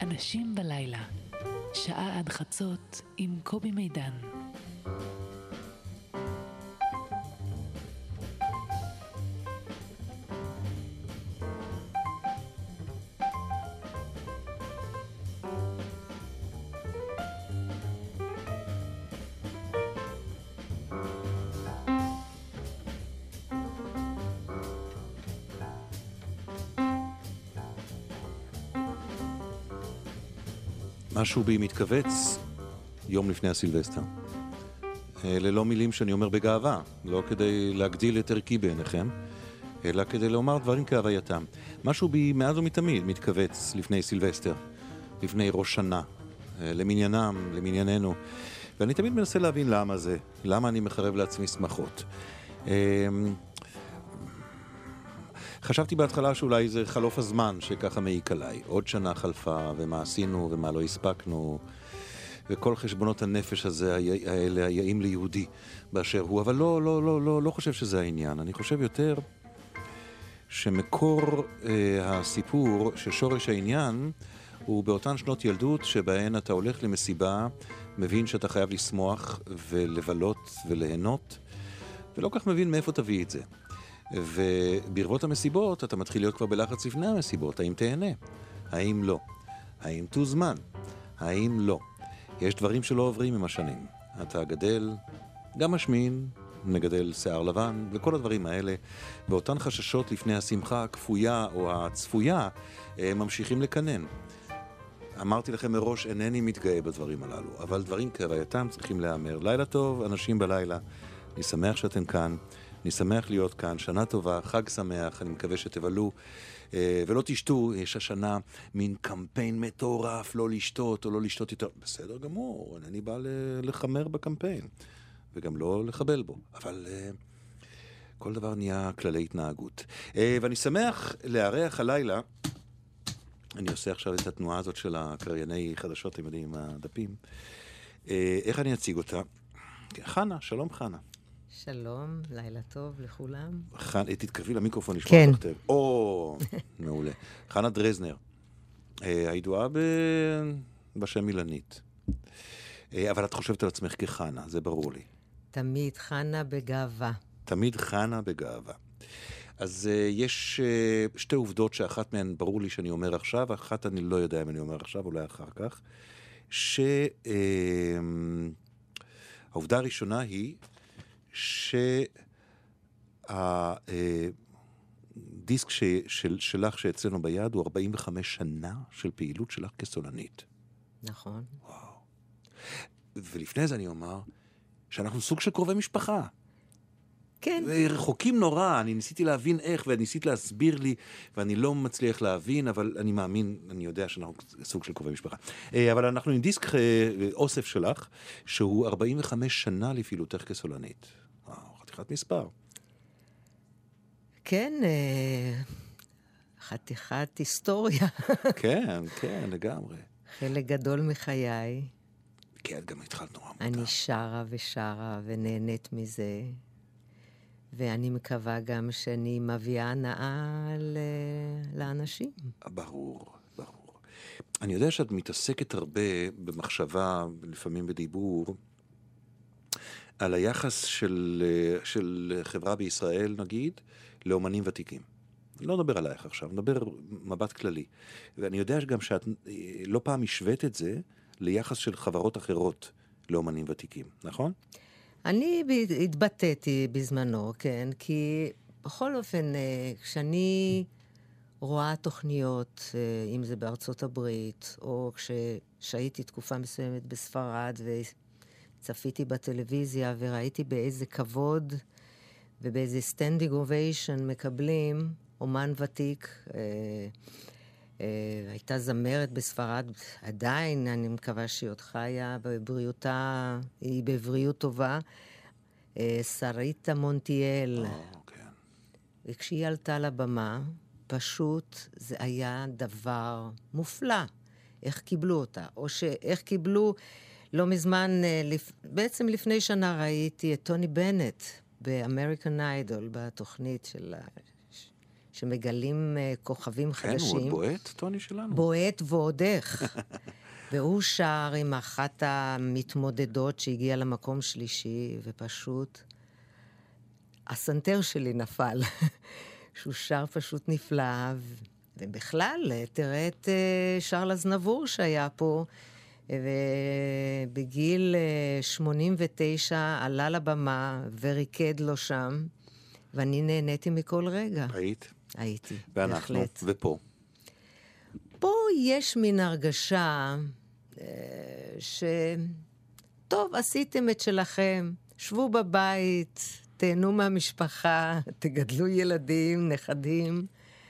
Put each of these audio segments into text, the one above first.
אנשים בלילה, שעה עד חצות עם קובי מידן. משהו בי מתכווץ יום לפני הסילבסטר. ללא מילים שאני אומר בגאווה, לא כדי להגדיל את ערכי בעיניכם, אלא כדי לומר דברים כהווייתם. משהו בי מאז ומתמיד מתכווץ לפני סילבסטר, לפני ראש שנה, למניינם, למנייננו. ואני תמיד מנסה להבין למה זה, למה אני מחרב לעצמי שמחות. חשבתי בהתחלה שאולי זה חלוף הזמן שככה מעיק עליי. עוד שנה חלפה, ומה עשינו ומה לא הספקנו, וכל חשבונות הנפש האלה היעים ליהודי באשר הוא. אבל לא חושב שזה העניין. אני חושב יותר שמקור הסיפור, ששורש העניין, הוא באותן שנות ילדות שבהן אתה הולך למסיבה, מבין שאתה חייב לשמוח ולבלות וליהנות, ולא כך מבין מאיפה תביא את זה. וברבות המסיבות אתה מתחיל להיות כבר בלחץ לפני המסיבות. האם תהנה? האם לא? האם תוזמן? האם לא? יש דברים שלא עוברים עם השנים. אתה גדל, גם משמין, מגדל שיער לבן, וכל הדברים האלה, באותן חששות לפני השמחה הכפויה או הצפויה, ממשיכים לקנן. אמרתי לכם מראש, אינני מתגאה בדברים הללו, אבל דברים כהווייתם צריכים להיאמר. לילה טוב, אנשים בלילה. אני שמח שאתם כאן. אני שמח להיות כאן, שנה טובה, חג שמח, אני מקווה שתבלו ולא תשתו. יש השנה מין קמפיין מטורף, לא לשתות או לא לשתות יותר. בסדר גמור, אני בא לחמר בקמפיין, וגם לא לחבל בו, אבל כל דבר נהיה כללי התנהגות. ואני שמח לארח הלילה, אני עושה עכשיו את התנועה הזאת של הקרייני חדשות, אתם יודעים, הדפים. איך אני אציג אותה? חנה, שלום חנה. שלום, לילה טוב לכולם. תתקרבי למיקרופון, נשמע כן. אותך טוב. מעולה. חנה דרזנר, הידועה בשם מילנית. אבל את חושבת על עצמך כחנה, זה ברור לי. תמיד חנה בגאווה. תמיד חנה בגאווה. אז יש שתי עובדות שאחת מהן ברור לי שאני אומר עכשיו, אחת אני לא יודע אם אני אומר עכשיו, אולי אחר כך. העובדה הראשונה היא שהדיסק שלך שאצלנו ביד הוא 45 שנה של פעילות שלך כסולנית. נכון. וואו. ולפני זה אני אומר שאנחנו סוג של קרובי משפחה. כן. רחוקים נורא, אני ניסיתי להבין איך, וניסית להסביר לי, ואני לא מצליח להבין, אבל אני מאמין, אני יודע שאנחנו סוג של קרובי משפחה. אבל אנחנו עם דיסק אוסף שלך, שהוא 45 שנה לפעילותך כסולנית. וואו, חתיכת מספר. כן, חתיכת היסטוריה. כן, כן, לגמרי. חלק גדול מחיי. כן, את גם התחלת נורא מותר. אני שרה ושרה ונהנית מזה. ואני מקווה גם שאני מביאה הנאה לאנשים. ברור, ברור. אני יודע שאת מתעסקת הרבה במחשבה, לפעמים בדיבור, על היחס של חברה בישראל, נגיד, לאומנים ותיקים. לא נדבר עלייך עכשיו, נדבר מבט כללי. ואני יודע גם שאת לא פעם השווית את זה ליחס של חברות אחרות לאומנים ותיקים, נכון? אני התבטאתי בזמנו, כן, כי בכל אופן, כשאני רואה תוכניות, אם זה בארצות הברית, או כשהייתי תקופה מסוימת בספרד, וצפיתי בטלוויזיה, וראיתי באיזה כבוד, ובאיזה סטנדינג אוביישן מקבלים אומן ותיק, הייתה זמרת בספרד, עדיין, אני מקווה שהיא עוד חיה בבריאותה, היא בבריאות טובה, שריטה מונטיאל. כן. וכשהיא עלתה לבמה, פשוט זה היה דבר מופלא. איך קיבלו אותה? או שאיך קיבלו, לא מזמן, בעצם לפני שנה ראיתי את טוני בנט באמריקן איידול, בתוכנית שמגלים כוכבים חדשים. כן, הוא עוד בועט, טוני שלנו. בועט ועוד איך. והוא שר עם אחת המתמודדות שהגיעה למקום שלישי, ופשוט הסנטר שלי נפל. שהוא שר פשוט נפלא, ובכלל, תראה את שרל אזנבור שהיה פה, ובגיל 89 עלה לבמה וריקד לו שם, ואני נהניתי מכל רגע. היית? הייתי, ואנחנו, בהחלט. ופה. פה יש מין הרגשה טוב, עשיתם את שלכם, שבו בבית, תהנו מהמשפחה, תגדלו ילדים, נכדים.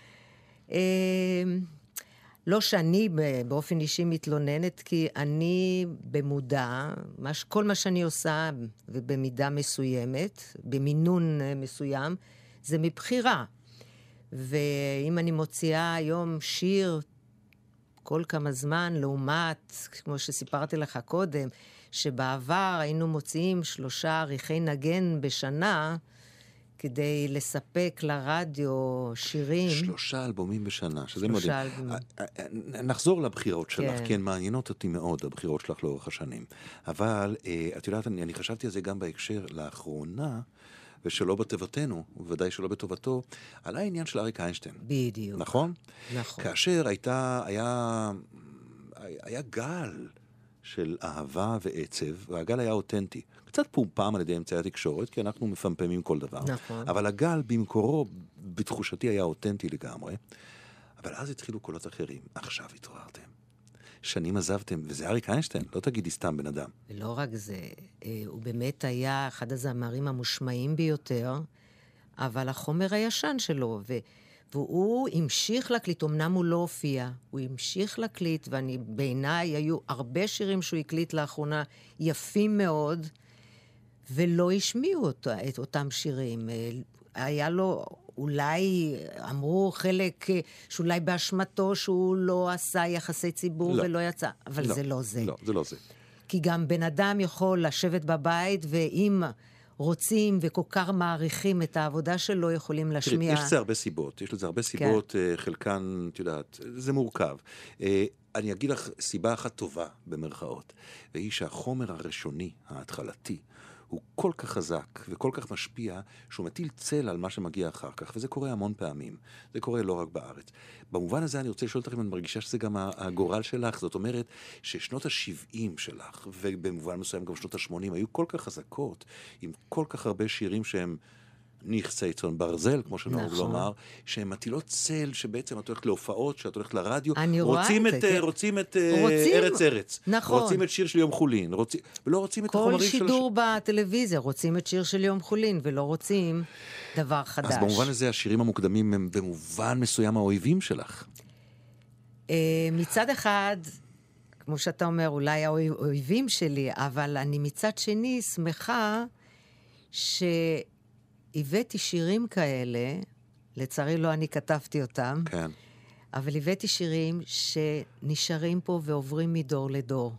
לא שאני באופן אישי מתלוננת, כי אני במודע, כל מה שאני עושה, ובמידה מסוימת, במינון מסוים, זה מבחירה. ואם אני מוציאה היום שיר כל כמה זמן, לעומת, כמו שסיפרתי לך קודם, שבעבר היינו מוציאים 3 עריכי נגן בשנה, כדי לספק לרדיו שירים. 3 אלבומים בשנה, שזה 3 מדהים. אלבומים. נחזור לבחירות שלך, כן. כן, מעניינות אותי מאוד, הבחירות שלך לאורך השנים. אבל, את יודעת, אני חשבתי על זה גם בהקשר לאחרונה, ושלא בטובתנו, ובוודאי שלא בטובתו, על העניין של אריק איינשטיין. בדיוק. נכון? נכון. כאשר היה גל של אהבה ועצב, והגל היה אותנטי. קצת פומפם על ידי אמצעי התקשורת, כי אנחנו מפמפמים כל דבר. נכון. אבל הגל במקורו, בתחושתי, היה אותנטי לגמרי. אבל אז התחילו קולות אחרים. עכשיו התעוררתם. שנים עזבתם, וזה אריק איינשטיין, לא תגידי סתם בן אדם. ולא רק זה, הוא באמת היה אחד הזמרים המושמעים ביותר, אבל החומר הישן שלו, והוא המשיך להקליט, אמנם הוא לא הופיע, הוא המשיך להקליט, בעיניי היו הרבה שירים שהוא הקליט לאחרונה, יפים מאוד, ולא השמיעו את אותם שירים. היה לו, אולי אמרו חלק שאולי באשמתו שהוא לא עשה יחסי ציבור לא. ולא יצא, אבל לא, זה לא זה. לא, זה לא זה. כי גם בן אדם יכול לשבת בבית, ואם רוצים וכל כך מעריכים את העבודה שלו, יכולים להשמיע. יש לזה הרבה סיבות, חלקן, את יודעת, זה מורכב. אני אגיד לך סיבה אחת טובה, במרכאות, והיא שהחומר הראשוני, ההתחלתי, הוא כל כך חזק וכל כך משפיע, שהוא מטיל צל על מה שמגיע אחר כך, וזה קורה המון פעמים. זה קורה לא רק בארץ. במובן הזה אני רוצה לשאול אותך אם אני מרגישה שזה גם הגורל שלך, זאת אומרת ששנות ה-70 שלך, ובמובן מסוים גם שנות ה-80, היו כל כך חזקות, עם כל כך הרבה שירים שהם נכסי צאן ברזל, כמו שנהוג לומר, שהן מטילות צל, שבעצם את הולכת להופעות, שאת הולכת לרדיו, רוצים את ארץ ארץ. נכון. רוצים את שיר של יום חולין, ולא רוצים את החומרים של... כל שידור בטלוויזיה, רוצים את שיר של יום חולין, ולא רוצים דבר חדש. אז במובן הזה, השירים המוקדמים הם במובן מסוים האויבים שלך. מצד אחד, כמו שאתה אומר, אולי האויבים שלי, אבל אני מצד שני שמחה הבאתי שירים כאלה, לצערי לא אני כתבתי אותם, כן. אבל הבאתי שירים שנשארים פה ועוברים מדור לדור.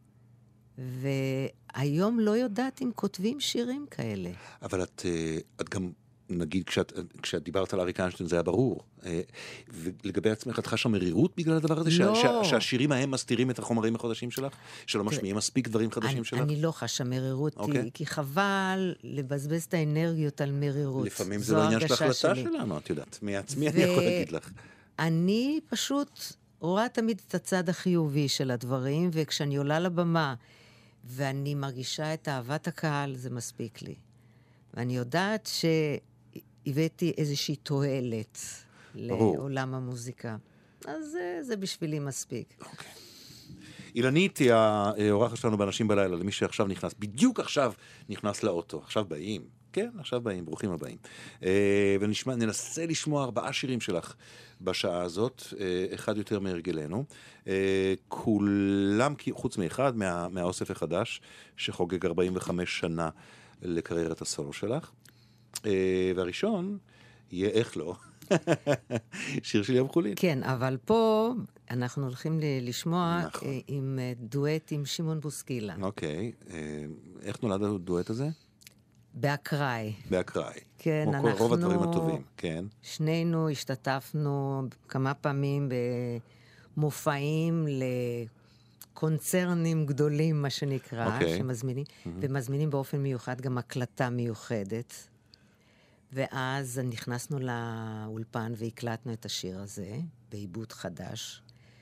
והיום לא יודעת אם כותבים שירים כאלה. אבל את גם, נגיד, כשאת דיברת על אריק איינשטיין, זה היה ברור. ולגבי עצמך, את חשה מרירות בגלל הדבר הזה? לא. שהשירים ההם מסתירים את החומרים החדשים שלך? שלא משמיעים מספיק דברים חדשים שלך? אני לא חשה מרירות, כי חבל לבזבז את האנרגיות על מרירות. לפעמים זה לא עניין של החלטה שלנו, את יודעת. מעצמי אני יכול להגיד לך. אני פשוט רואה תמיד את הצד החיובי של הדברים, וכשאני עולה לבמה, ואני מרגישה את אהבת הקהל, זה מספיק לי. ואני יודעת שהבאתי איזושהי תועלת לעולם המוזיקה. אז זה בשבילי מספיק. אוקיי. אילנית היא האורחת שלנו באנשים בלילה, למי שעכשיו נכנס, בדיוק עכשיו נכנס לאוטו. עכשיו באים. כן, עכשיו באים, ברוכים הבאים. וננסה לשמוע 4 שירים שלך בשעה הזאת, אחד יותר מהרגלנו. כולם, חוץ מאחד, מהאוסף החדש, שחוגג 45 שנה לקריירת הסולו שלך. והראשון יהיה איך לא, שיר של יום חולין. כן, אבל פה אנחנו הולכים לשמוע נכון. עם דואט עם שמעון בוסקילה. אוקיי, איך נולד הדואט הזה? באקראי. באקראי. כן, כמו כל רוב הדברים הטובים, כן. שנינו השתתפנו כמה פעמים במופעים לקונצרנים גדולים, מה שנקרא, שמזמינים, ומזמינים באופן מיוחד גם הקלטה מיוחדת. ואז נכנסנו לאולפן והקלטנו את השיר הזה, בעיבוד חדש,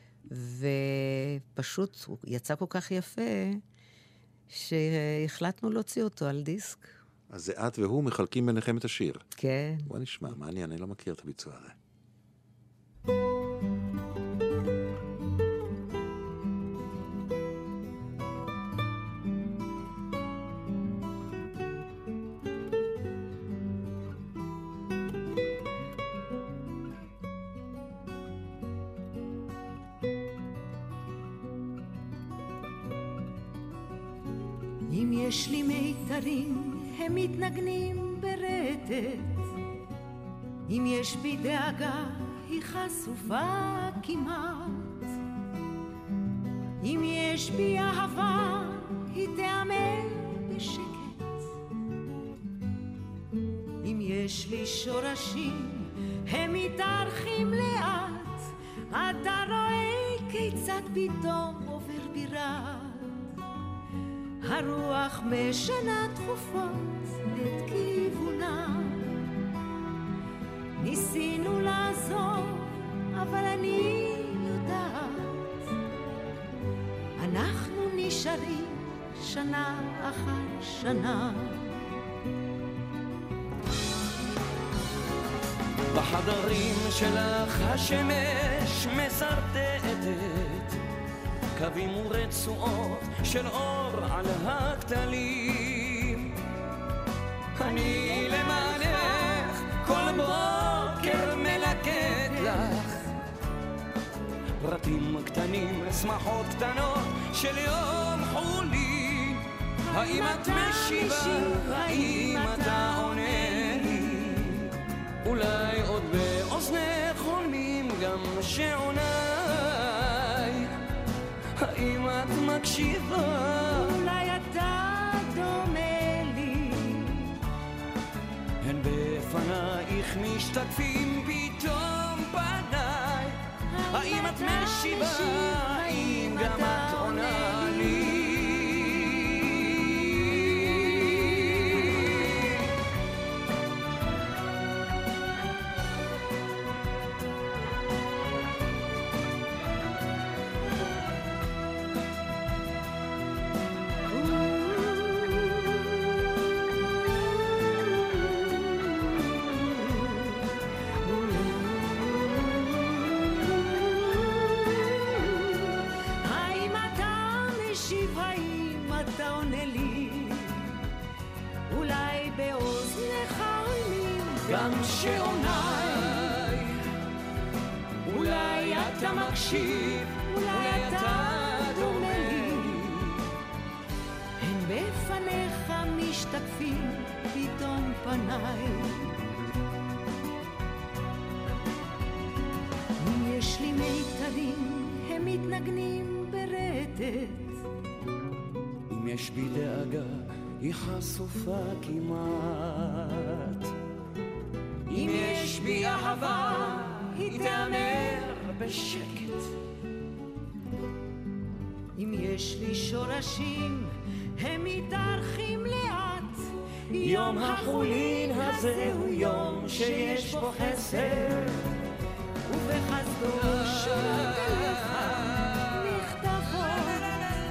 ופשוט הוא יצא כל כך יפה, שהחלטנו להוציא אותו על דיסק. אז זה את והוא מחלקים ביניכם את השיר. כן. בוא נשמע, מעניין, אני לא מכיר את הביצוע הזה. אם יש לי מיתרים, הם מתנגנים ברטט. אם יש בי דאגה, היא חשופה כמעט. אם יש בי אהבה, היא תאמר בשקט. אם יש לי שורשים, הם מתארחים לאט. אתה רואה כיצד פתאום עובר בירה. הרוח משנה תכופות את כיוונה. ניסינו לעזור, אבל אני יודעת, אנחנו נשארים שנה אחר שנה. בחדרים שלך השמש מסרטטת קווים ורצועות של אור על הכתלים. אני למענך כל בוקר מלקט לך פרטים קטנים, שמחות קטנות של יום חולי. האם את משיבה? האם אתה עונה לי? אולי עוד באוזנך חולמים גם שעוניי. האם את מקשיבה? אולי אתה דומה לי. הן בפנייך משתקפים פתאום פניי. האם את משיבה? האם גם את עונה לי? גם שעוניי. אולי אתה מקשיב, אולי אתה דומה לי. הם בפניך משתקפים פתאום פניי. אם יש לי מיתרים, הם מתנגנים ברטט. אם יש בי דאגה, היא חשופה כמעט. אם יש בי אהבה, היא תאמר בשקט. אם יש לי שורשים, הם מתארחים לאט. יום החולין הזה הוא יום שיש בו חסד, ובחסדו שורות אליך מכתבות.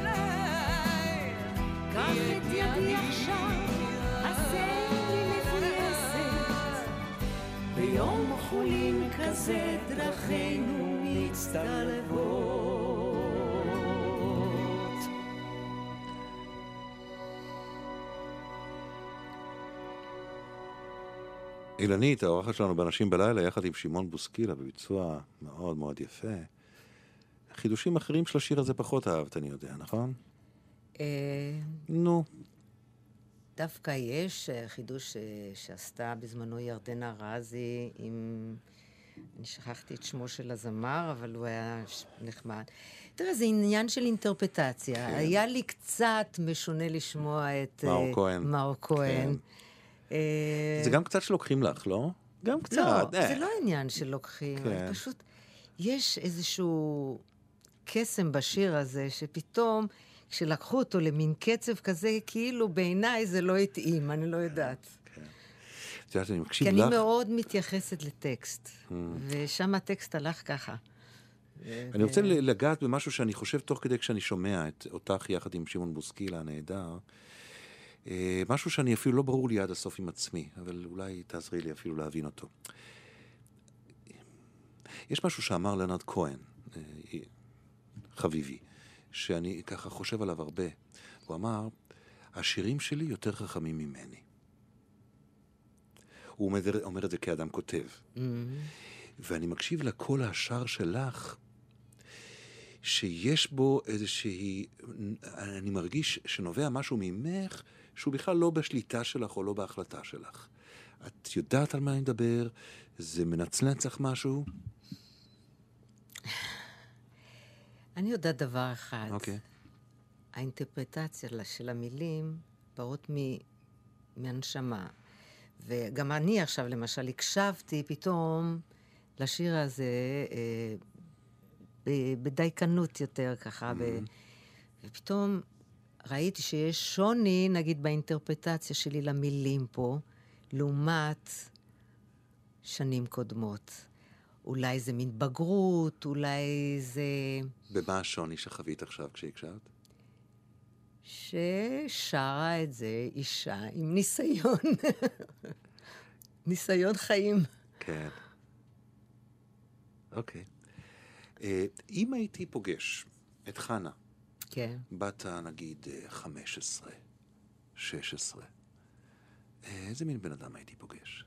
קח את ידי עכשיו, עשה לי מפויסת. ביום חולין כזה דרכינו מצטלבות. אילנית, האורחת שלנו באנשים בלילה, יחד עם שמעון בוסקילה, בביצוע מאוד מאוד יפה. חידושים אחרים של השיר הזה פחות אהבת, אני יודע, נכון? נו. דווקא יש חידוש שעשתה בזמנו ירדנה רזי עם... אני שכחתי את שמו של הזמר, אבל הוא היה נחמד. תראה, זה עניין של אינטרפטציה. היה לי קצת משונה לשמוע את מאור כהן. זה גם קצת שלוקחים לך, לא? גם קצת. לא, זה לא עניין שלוקחים. כן. פשוט יש איזשהו קסם בשיר הזה, שפתאום כשלקחו אותו למין קצב כזה, כאילו בעיניי זה לא התאים, אני לא יודעת. את יודעת, אני מקשיב כי לך. אני מאוד מתייחסת לטקסט, ושם הטקסט הלך ככה. אני רוצה לגעת במשהו שאני חושב תוך כדי כשאני שומע את אותך יחד עם שמעון בוסקילה הנהדר, משהו שאני אפילו לא ברור לי עד הסוף עם עצמי, אבל אולי תעזרי לי אפילו להבין אותו. יש משהו שאמר לנרד כהן, חביבי, שאני ככה חושב עליו הרבה. הוא אמר, השירים שלי יותר חכמים ממני. הוא אומר את זה כאדם כותב. ואני מקשיב לקול השער שלך, שיש בו איזושהי, אני מרגיש שנובע משהו ממך, שהוא בכלל לא בשליטה שלך או לא בהחלטה שלך. את יודעת על מה אני מדבר? זה מנצלץ לך משהו? אני יודעת דבר אחד. אוקיי. האינטרפרטציה של המילים באות מהנשמה. וגם אני עכשיו, למשל, הקשבתי פתאום לשיר הזה בדייקנות יותר, ככה, ופתאום ראיתי שיש שוני, נגיד, באינטרפרטציה שלי למילים פה, לעומת שנים קודמות. אולי זה מין בגרות, אולי זה... במה השוני שחווית עכשיו כשהקשבת? ששרה את זה אישה עם ניסיון. ניסיון חיים. כן. אוקיי. אם הייתי פוגש את חנה, כן. בת נגיד 15, 16, איזה מין בן אדם הייתי פוגש?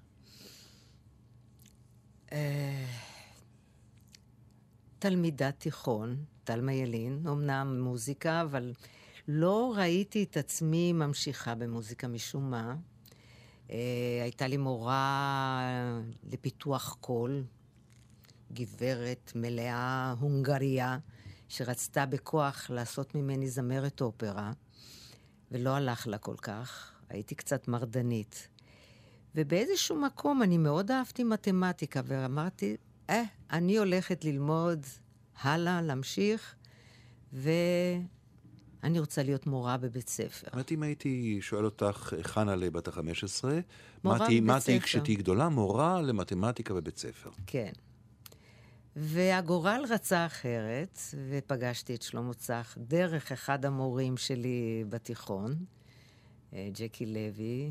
תלמידת תיכון, תלמה ילין, אמנם מוזיקה, אבל לא ראיתי את עצמי ממשיכה במוזיקה משום מה. הייתה לי מורה לפיתוח קול, גברת מלאה הונגריה, שרצתה בכוח לעשות ממני זמרת אופרה, ולא הלך לה כל כך. הייתי קצת מרדנית. ובאיזשהו מקום אני מאוד אהבתי מתמטיקה, ואמרתי, אני הולכת ללמוד הלאה, להמשיך, ואני רוצה להיות מורה בבית ספר. זאת אם הייתי שואל אותך, חנה לבת ה-15, מורה בבית מה תהי ספר. כשתהי גדולה? מורה למתמטיקה בבית ספר. כן. והגורל רצה אחרת, ופגשתי את שלמה צח דרך אחד המורים שלי בתיכון, ג'קי לוי,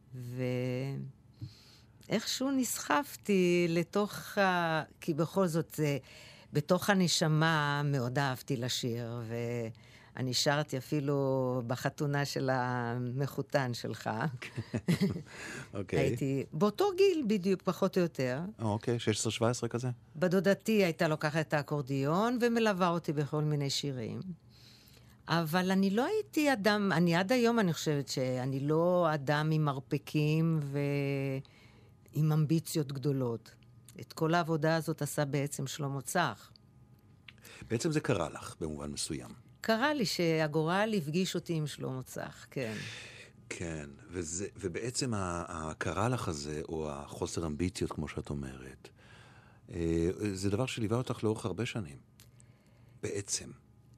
ואיכשהו נסחפתי לתוך כי בכל זאת זה, בתוך הנשמה מאוד אהבתי לשיר, ואני שרתי אפילו בחתונה של המחותן שלך. אוקיי. הייתי באותו גיל בדיוק, פחות או יותר. אוקיי, 16-17 כזה? בדודתי הייתה לוקחת את האקורדיון ומלווה אותי בכל מיני שירים. אבל אני לא הייתי אדם, עד היום אני חושבת שאני לא אדם עם מרפקים ועם אמביציות גדולות. את כל העבודה הזאת עשה בעצם שלמה צח. בעצם זה קרה לך במובן מסוים. קרה לי שהגורל הפגיש אותי עם שלמה צח, כן. כן, ובעצם הקרה לך הזה, או החוסר אמביציות, כמו שאת אומרת, זה דבר שליווה אותך לאורך הרבה שנים. בעצם.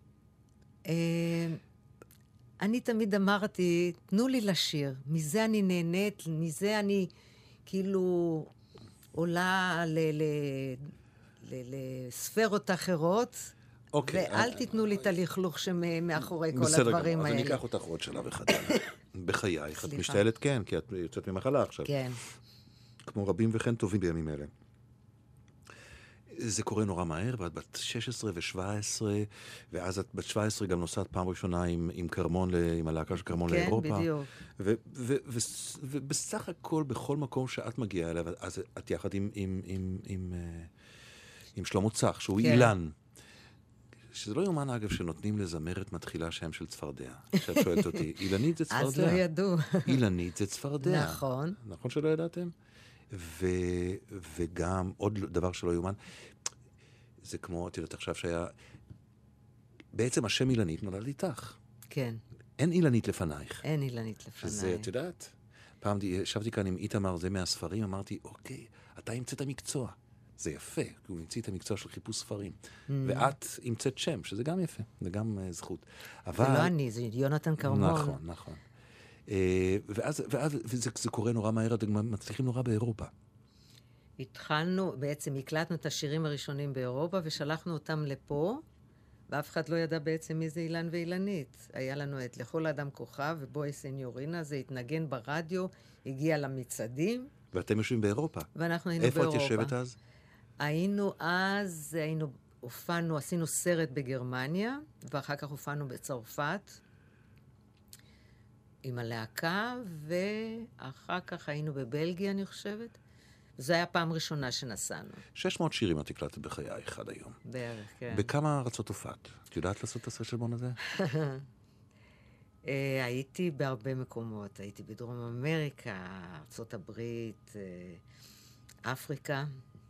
אני תמיד אמרתי, תנו לי לשיר, מזה אני נהנית, מזה אני כאילו עולה לספרות אחרות, ואל תיתנו לי את הלכלוך שמאחורי כל הדברים האלה. בסדר גמור, אז אני אקח אותך עוד שלב אחד. בחייך, את משתעלת כן, כי את יוצאת ממחלה עכשיו. כן. כמו רבים וכן טובים בימים אלה. זה קורה נורא מהר, ואת בת 16 ו-17, ואז את בת 17 גם נוסעת פעם ראשונה עם קרמון, עם הלהקה של קרמון לאירופה. כן, בדיוק. ובסך הכל, בכל מקום שאת מגיעה אליו, אז את יחד עם שלמה צח, שהוא אילן. שזה לא יומן, אגב, שנותנים לזמרת מתחילה שם של צפרדע. שאת שואלת אותי, אילנית זה צפרדע. אז לא ידעו. אילנית זה צפרדע. נכון. נכון שלא ידעתם? וגם עוד דבר שלא יומן, זה כמו, את יודעת עכשיו שהיה, בעצם השם אילנית נולד איתך. כן. אין אילנית לפנייך. אין אילנית לפניי. שזה, את יודעת, פעם ישבתי כאן עם איתמר, זה מהספרים, אמרתי, אוקיי, אתה המצאת מקצוע. זה יפה, כי הוא המציא את המקצוע של חיפוש ספרים. ואת המצאת שם, שזה גם יפה, זה גם זכות. זה לא אני, זה יונתן כרמון. נכון, נכון. וזה קורה נורא מהר, אתם מצליחים נורא באירופה. התחלנו, בעצם הקלטנו את השירים הראשונים באירופה, ושלחנו אותם לפה, ואף אחד לא ידע בעצם מי זה אילן ואילנית. היה לנו את לכל אדם כוכב, ובואי סניורינה, זה התנגן ברדיו, הגיע למצעדים. ואתם יושבים באירופה. ואנחנו היינו באירופה. איפה את יושבת אז? הופענו, עשינו סרט בגרמניה, ואחר כך הופענו בצרפת, עם הלהקה, ואחר כך היינו בבלגיה, אני חושבת. זו הייתה פעם ראשונה שנסענו. 600 שירים את הקלטת בחייך עד היום. בערך, כן. בכמה ארצות הופעת? את יודעת לעשות את החשבון הזה? הייתי בהרבה מקומות. הייתי בדרום אמריקה, ארצות הברית, אפריקה,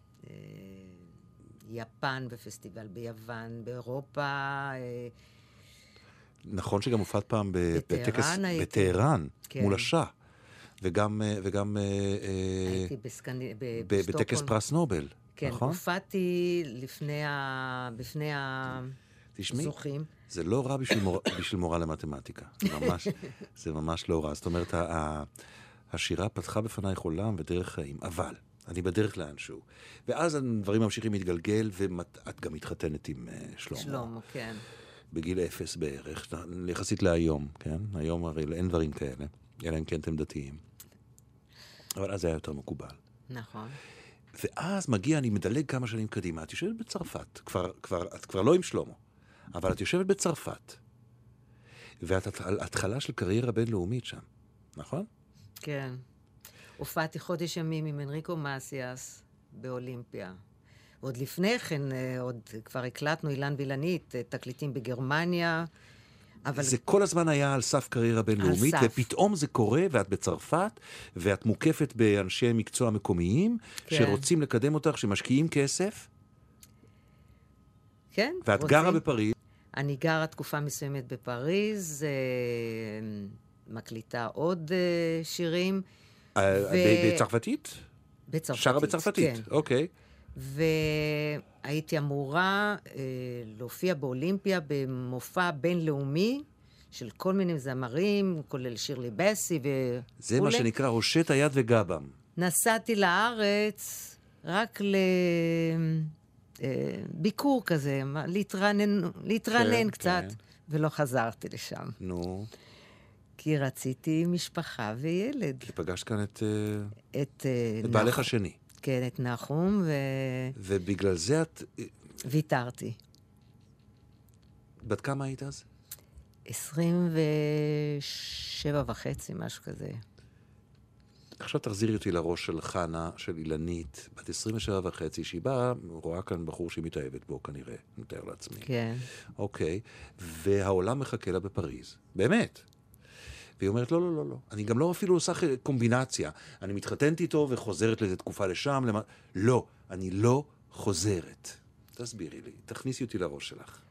יפן בפסטיבל ביוון, באירופה. נכון שגם הופעת פעם בטקס בטהרן, מול השאה. וגם הייתי בטקס פרס נובל, כן, נכון? הופעתי בפני הזוכים. זה לא רע בשביל מורה למתמטיקה. זה ממש לא רע. זאת אומרת, השירה פתחה בפנייך עולם ודרך חיים, אבל אני בדרך לאנשהו. ואז הדברים ממשיכים להתגלגל, ואת גם מתחתנת עם שלמה. שלמה, כן. בגיל 0 בערך, יחסית להיום, כן? היום הרי אין דברים כאלה, אלא אם כן אתם דתיים. אבל אז זה היה יותר מקובל. נכון. ואז מגיע, אני מדלג כמה שנים קדימה, את יושבת בצרפת, את כבר לא עם שלמה, אבל את יושבת בצרפת, ואת על התחלה של קריירה בינלאומית שם, נכון? כן. הופעתי חודש ימים עם אנריקו מסיאס באולימפיה. ועוד לפני כן, עוד כבר הקלטנו אילן ואילנית, תקליטים בגרמניה, אבל... זה כל הזמן היה על סף קריירה בינלאומית, ופתאום זה קורה, ואת בצרפת, ואת מוקפת באנשי מקצוע מקומיים, כן. שרוצים לקדם אותך, שמשקיעים כסף. כן. ואת רוצים. גרה בפריז. אני גרה תקופה מסוימת בפריז, מקליטה עוד שירים. בצרפתית? בצרפתית, שרה בצרפתית, כן. אוקיי. והייתי אמורה להופיע באולימפיה במופע בינלאומי של כל מיני זמרים, כולל שירלי בסי וכולי. זה מה שנקרא הושט היד וגבם. נסעתי לארץ רק לביקור כזה, להתרענן קצת, כן. ולא חזרתי לשם. נו. כי רציתי משפחה וילד. כי פגשת כאן את בעלך השני. כן, את נחום, ובגלל זה את... ויתרתי. בת כמה היית אז? 27 וחצי, משהו כזה. עכשיו תחזירי אותי לראש של חנה, של אילנית, בת 27 וחצי, שהיא באה, רואה כאן בחור שהיא מתאהבת בו, כנראה, נתאר לעצמי. כן. אוקיי, והעולם מחכה לה בפריז. באמת. והיא אומרת, לא, לא, לא, לא. אני גם לא אפילו עושה קומבינציה. אני מתחתנת איתו וחוזרת לאיזו תקופה לשם. לא, אני לא חוזרת. תסבירי לי, תכניסי אותי לראש שלך.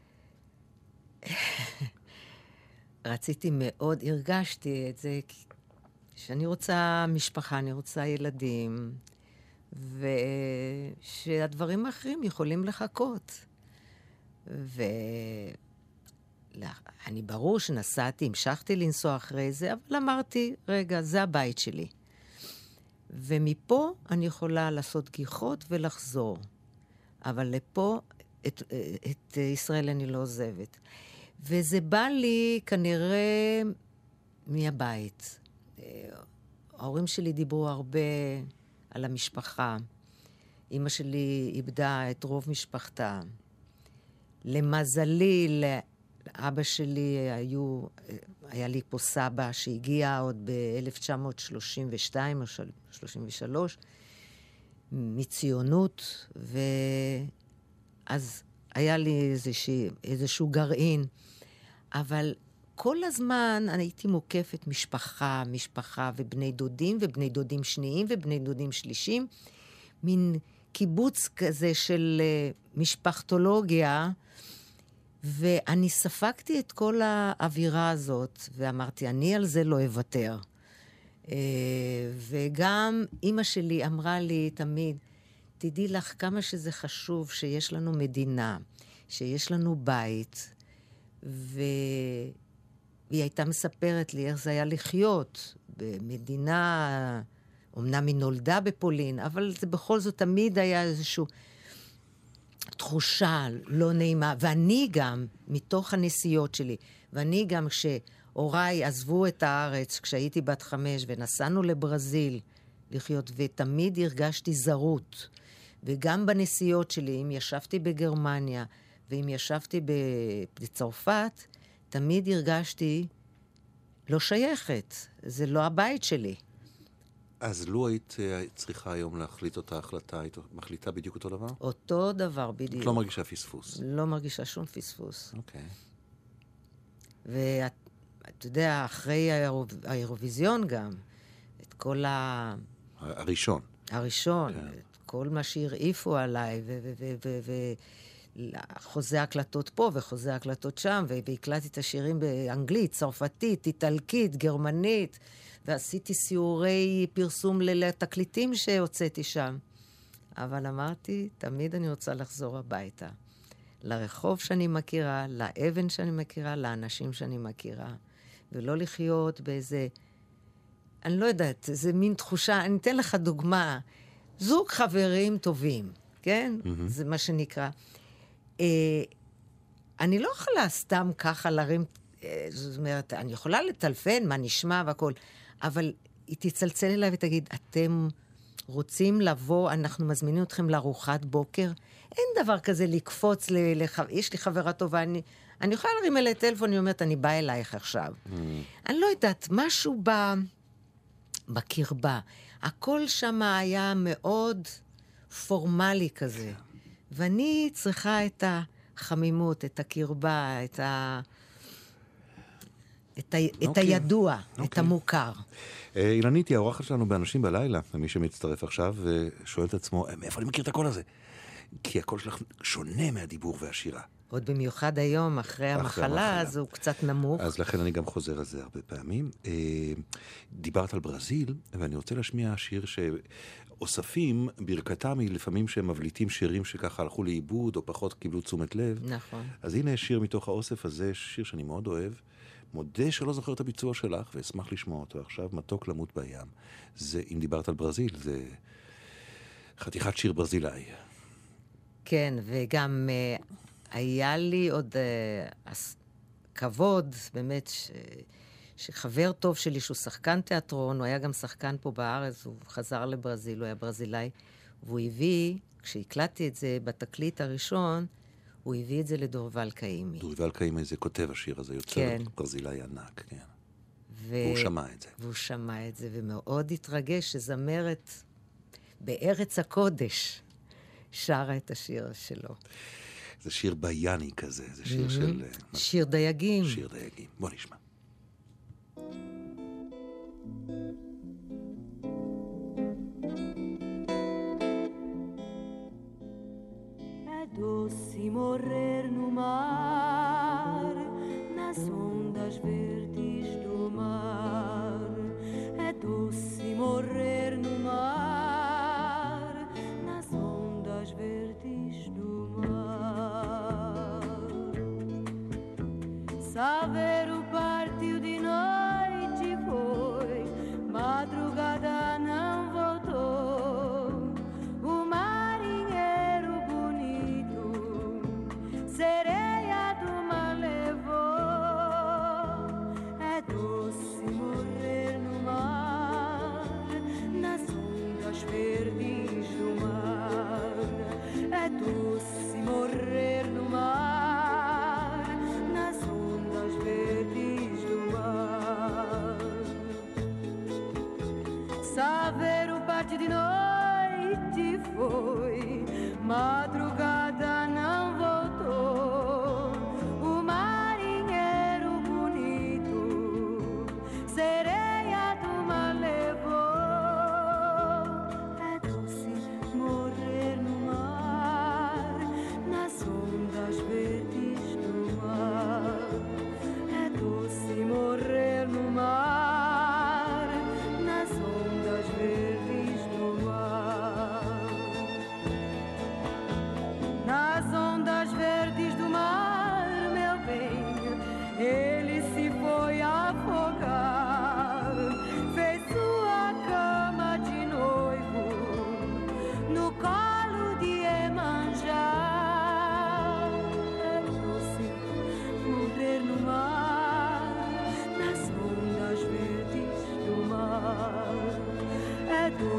רציתי מאוד, הרגשתי את זה, שאני רוצה משפחה, אני רוצה ילדים, ושהדברים האחרים יכולים לחכות. אני ברור שנסעתי, המשכתי לנסוע אחרי זה, אבל אמרתי, רגע, זה הבית שלי. ומפה אני יכולה לעשות גיחות ולחזור. אבל לפה, את ישראל אני לא עוזבת. וזה בא לי כנראה מהבית. ההורים שלי דיברו הרבה על המשפחה. אמא שלי איבדה את רוב משפחתה. למזלי, אבא שלי היה לי פה סבא שהגיע עוד ב-1932 או 33 מציונות, ואז היה לי איזשהו גרעין. אבל כל הזמן אני הייתי מוקפת משפחה, ובני דודים, ובני דודים שניים, ובני דודים שלישים. מין קיבוץ כזה של משפחתולוגיה, ואני ספגתי את כל האווירה הזאת, ואמרתי, אני על זה לא אוותר. וגם אמא שלי אמרה לי תמיד, תדעי לך כמה שזה חשוב שיש לנו מדינה, שיש לנו בית, והיא הייתה מספרת לי איך זה היה לחיות במדינה, אמנם היא נולדה בפולין, אבל זה בכל זאת תמיד היה איזושהי תחושה לא נעימה. ואני גם, מתוך הנסיעות שלי, ואני גם כשהוריי עזבו את הארץ, כשהייתי בת 5 ונסענו לברזיל לחיות, ותמיד הרגשתי זרות. וגם בנסיעות שלי, אם ישבתי בגרמניה, ואם ישבתי בצרפת, תמיד הרגשתי לא שייכת. זה לא הבית שלי. אז לו היית צריכה היום להחליט אותה החלטה, היית מחליטה בדיוק אותו דבר? אותו דבר, בדיוק. את לא מרגישה פספוס? לא מרגישה שום פספוס. אוקיי. ואתה יודע, אחרי האירוויזיון גם, את כל הראשון. הראשון, כן. את כל מה שהרעיפו עליי, חוזה הקלטות פה וחוזה הקלטות שם, והקלטתי את השירים באנגלית, צרפתית, איטלקית, גרמנית, ועשיתי סיורי פרסום לתקליטים שהוצאתי שם. אבל אמרתי, תמיד אני רוצה לחזור הביתה. לרחוב שאני מכירה, לאבן שאני מכירה, לאנשים שאני מכירה. ולא לחיות באיזה, אני לא יודעת, איזה מין תחושה, אני אתן לך דוגמה, זוג חברים טובים, כן? זה מה שנקרא. אני לא יכולה סתם ככה להרים, זאת אומרת, אני יכולה לטלפן, מה נשמע והכל, אבל היא תצלצל אליי ותגיד, אתם רוצים לבוא, אנחנו מזמינים אתכם לארוחת בוקר? אין דבר כזה לקפוץ, יש לי חברה טובה, אני יכולה להרים אליי טלפון, אני אומרת, אני באה אלייך עכשיו. אני לא יודעת, משהו בקרבה. הכל שם היה מאוד פורמלי כזה. ואני צריכה את החמימות, את הקרבה, את הידוע, את המוכר. אילנית היא האורחת שלנו באנשים בלילה, ומי שמצטרף עכשיו ושואל את עצמו, מאיפה אני מכיר את הקול הזה? כי הקול שלך שונה מהדיבור והשירה. עוד במיוחד היום, אחרי המחלה, אז הוא קצת נמוך. אז לכן אני גם חוזר על זה הרבה פעמים. דיברת על ברזיל, ואני רוצה להשמיע שיר שאוספים, ברכתם היא לפעמים שהם מבליטים שירים שככה הלכו לאיבוד, או פחות קיבלו תשומת לב. נכון. אז הנה שיר מתוך האוסף הזה, שיר שאני מאוד אוהב, מודה שלא זוכר את הביצוע שלך, ואשמח לשמוע אותו עכשיו, מתוק למות בים. זה, אם דיברת על ברזיל, זה חתיכת שיר ברזילאי. כן, וגם היה לי עוד כבוד, באמת, שחבר טוב שלי, שהוא שחקן תיאטרון, הוא היה גם שחקן פה בארץ, הוא חזר לברזיל, הוא היה ברזילאי, והוא הביא, כשהקלטתי את זה בתקליט הראשון, הוא הביא את זה לדורבל קאימי. דורבל קאימי זה כותב השיר הזה, יוצר כן. ברזילאי ענק, כן. והוא שמע את זה. והוא שמע את זה, ומאוד התרגש שזמרת בארץ הקודש שרה את השיר שלו. זה שיר ביאני כזה, זה שיר של... שיר דייגים. שיר דייגים. בוא נשמע. Doce morrer no mar, nas ondas verdes do mar. É doce morrer no mar, nas ondas verdes do mar. Saber o partiu de noite foi, madrugada não voltou. O marinheiro bonito, sereia do mar levou. É doce morrer no mar, nas ondas verdes do mar. É doce morrer no mar, nas ondas verdes do mar. Saber o parte de noite foi, madrugada não voltou. O marinheiro bonito, sereia do mar levou. É doce morrer no mar, nas ondas verdes do mar. É doce morrer no mar, nas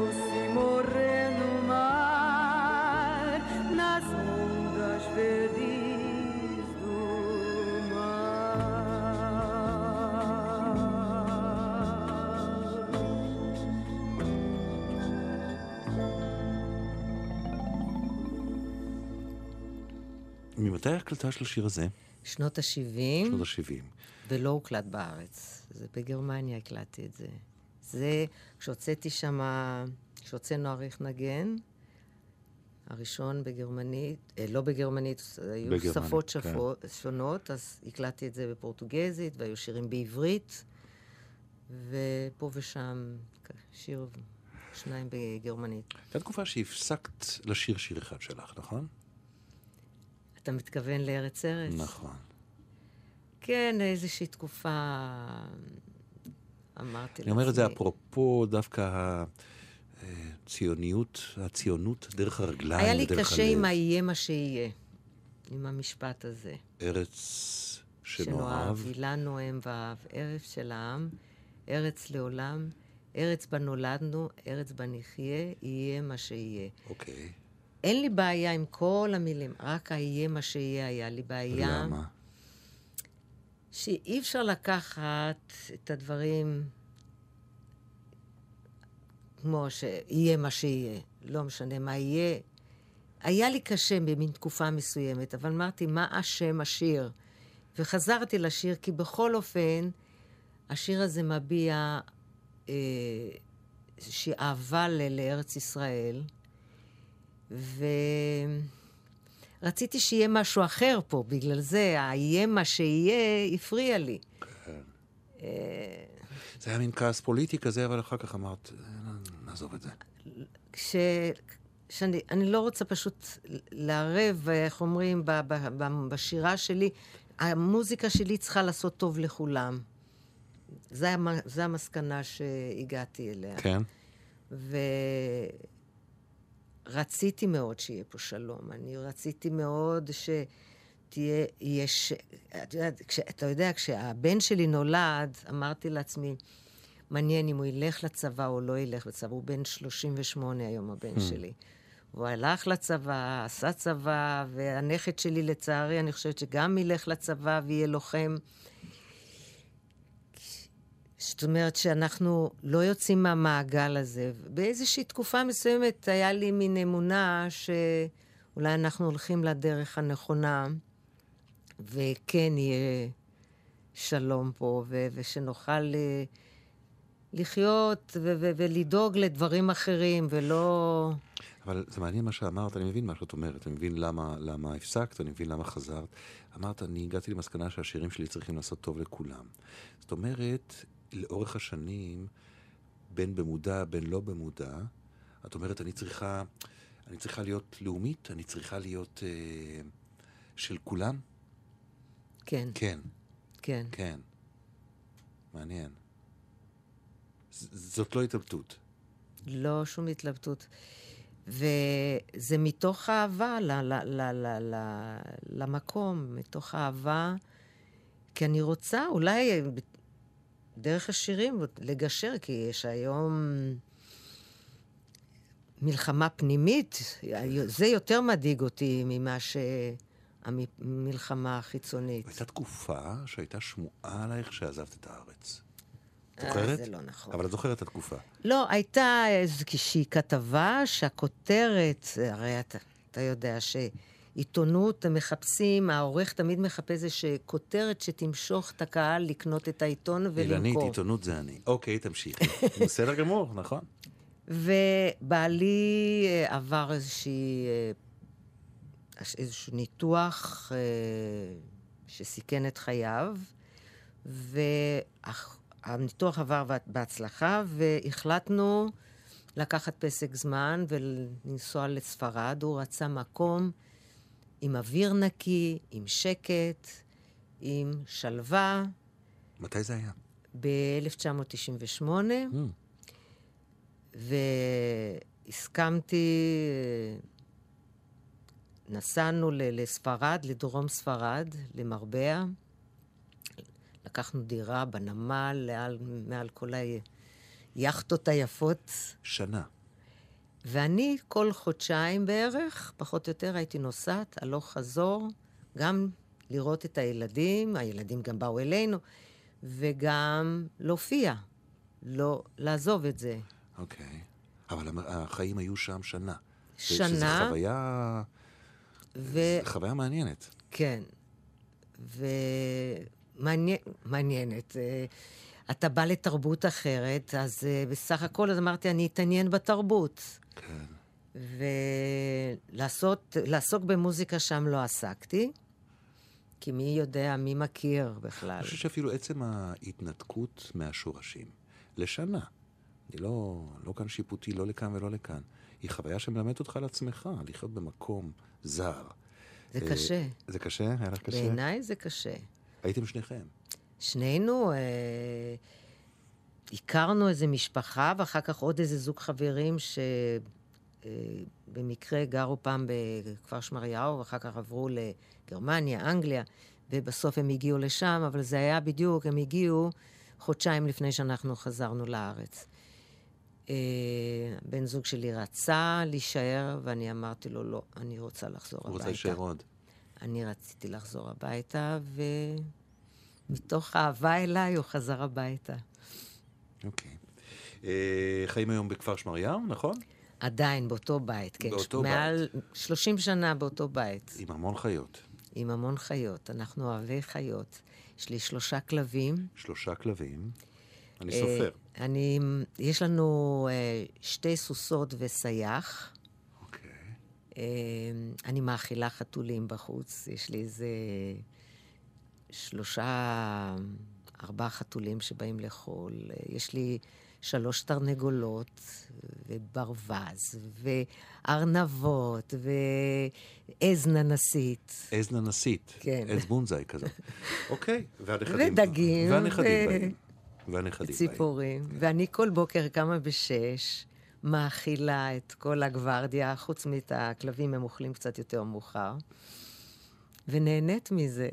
doce morrer no mar, nas ondas verdes do ממתי ההקלטה של השיר הזה? שנות ה-70. שנות ה-70. ולא הוקלט בארץ. זה בגרמניה הקלטתי את זה. זה כשהוצאתי שם, כשהוצאנו אריך נגן, הראשון בגרמנית, לא בגרמנית, היו שפות שונות, אז הקלטתי את זה בפורטוגזית, והיו שירים בעברית, ופה ושם שיר, שניים בגרמנית. הייתה תקופה שהפסקת לשיר שיר אחד שלך, נכון? אתה מתכוון לארץ ארץ? נכון. כן, איזושהי תקופה, אמרתי לעצמי. אני אומר את זה אפרופו דווקא הציונות דרך הרגליים. היה לי קשה עם היהיה מה שיהיה, עם המשפט הזה. ארץ שנאהב. הילה נועם ואהב, ארץ של העם, ארץ לעולם, ארץ בה נולדנו, ארץ בה נחיה, יהיה מה שיהיה. אוקיי. אין לי בעיה עם כל המילים, רק היהיה מה שיהיה היה לי בעיה. למה? שאי אפשר לקחת את הדברים כמו שיהיה מה שיהיה, לא משנה מה יהיה. היה לי קשה במין תקופה מסוימת, אבל אמרתי, מה השם השיר? וחזרתי לשיר, כי בכל אופן, השיר הזה מביע איזושהי אהבה לארץ ישראל, ורציתי שיהיה משהו אחר פה, בגלל זה, יהיה מה שיהיה, הפריע לי. זה היה מין כעס פוליטי כזה, אבל אחר כך אמרת, נעזוב את זה. אני לא רוצה פשוט לערב, איך אומרים, בשירה שלי, המוזיקה שלי צריכה לעשות טוב לכולם. זה המסקנה שהגעתי אליה. כן. ורציתי מאוד שיהיה פה שלום. אני רציתי מאוד שתהיה, אתה יודע, כשהבן שלי נולד, אמרתי לעצמי, מעניין אם הוא ילך לצבא או לא ילך לצבא. הוא בן 38 היום, הבן שלי. הוא הלך לצבא, עשה צבא, והנכד שלי, לצערי, אני חושבת שגם ילך לצבא ויהיה לוחם. זאת אומרת שאנחנו לא יוצאים מהמעגל הזה. באיזושהי תקופה מסוימת היה לי מין אמונה שאולי אנחנו הולכים לדרך הנכונה, וכן יהיה שלום פה, ושנוכל לחיות ולדאוג לדברים אחרים, ולא... אבל זה מעניין מה שאמרת, אני מבין מה שאת אומרת, אני מבין למה הפסקת, אני מבין למה חזרת. אמרת, אני הגעתי למסקנה שהשירים שלי צריכים לעשות טוב לכולם. זאת אומרת, לאורך השנים, בין במודע, בין לא במודע, את אומרת, אני צריכה להיות לאומית, אני צריכה להיות של כולם? כן. כן. כן. כן. מעניין. זאת לא התלבטות. לא שום התלבטות. וזה מתוך אהבה למקום, מתוך אהבה, כי אני רוצה אולי דרך השירים לגשר, כי יש היום מלחמה פנימית, זה יותר מדאיג אותי ממה שהמלחמה החיצונית. הייתה תקופה שהייתה שמועה עלייך שעזבת את הארץ. זוכרת? זה לא נכון. אבל את זוכרת את התקופה. לא, הייתה איזושהי כתבה שהכותרת, הרי אתה יודע שעיתונות מחפשים, העורך תמיד מחפש איזושהי כותרת שתמשוך את הקהל לקנות את העיתון ולמכור. אילנית, עיתונות זה אני. אוקיי, תמשיכי. בסדר גמור, נכון. ובעלי עבר איזשהו ניתוח שסיכן את חייו, הניתוח עבר בהצלחה, והחלטנו לקחת פסק זמן ולנסוע לספרד. הוא רצה מקום עם אוויר נקי, עם שקט, עם שלווה. מתי זה היה? ב-1998. והסכמתי, נסענו לספרד, לדרום ספרד, למרבע. לקחנו דירה בנמל, מעל כל היאכטות היפות. שנה. ואני כל חודשיים בערך, פחות או יותר, הייתי נוסעת, הלוך חזור, גם לראות את הילדים, הילדים גם באו אלינו, וגם להופיע, לא לעזוב את זה. אוקיי. אבל החיים היו שם שנה. שנה. שזו חוויה מעניינת. כן. ומעניינת. אתה בא לתרבות אחרת, אז בסך הכל, אז אמרתי, אני אתעניין בתרבות. כן. ולעסוק במוזיקה שם לא עסקתי, כי מי יודע, מי מכיר בכלל. אני חושב שאפילו עצם ההתנתקות מהשורשים, לשנה, אני לא כאן שיפוטי, לא לכאן ולא לכאן, היא חוויה שמלמדת אותך על עצמך, לחיות במקום זר. זה קשה. זה קשה? היה לך קשה? בעיניי זה קשה. הייתם שניכם? שנינו הכרנו איזה משפחה, ואחר כך עוד איזה זוג חברים שבמקרה גרו פעם בכפר שמריהו, ואחר כך עברו לגרמניה, אנגליה, ובסוף הם הגיעו לשם, אבל זה היה בדיוק, הם הגיעו חודשיים לפני שאנחנו חזרנו לארץ. בן זוג שלי רצה להישאר, ואני אמרתי לו, לא, אני רוצה לחזור הביתה. הוא רוצה להישאר עוד. אני רציתי לחזור הביתה, ומתוך אהבה אליי הוא חזר הביתה. אוקיי. חיים היום בכפר שמריהו, נכון? עדיין, באותו בית, כן. באותו מעל 30 שנה באותו בית. עם המון חיות. עם המון חיות. אנחנו אוהבי חיות. יש לי 3 כלבים. 3 כלבים. אני סופר. יש לנו 2 סוסות וסייח. אוקיי. אני מאכילה חתולים בחוץ. יש לי איזה 3-4 חתולים שבאים לאכול. יש לי 3 תרנגולות, וברווז, וארנבות, ועז ננסית. עז ננסית. כן. עז בונזאי כזאת. אוקיי. והנכדים. ודגים. והנכדים באים. והנכדים באים. ציפורים. ואני כל בוקר קמה ב6, מאכילה את כל הגוורדיה, חוץ מאת הכלבים הם אוכלים קצת יותר מאוחר, ונהנית מזה.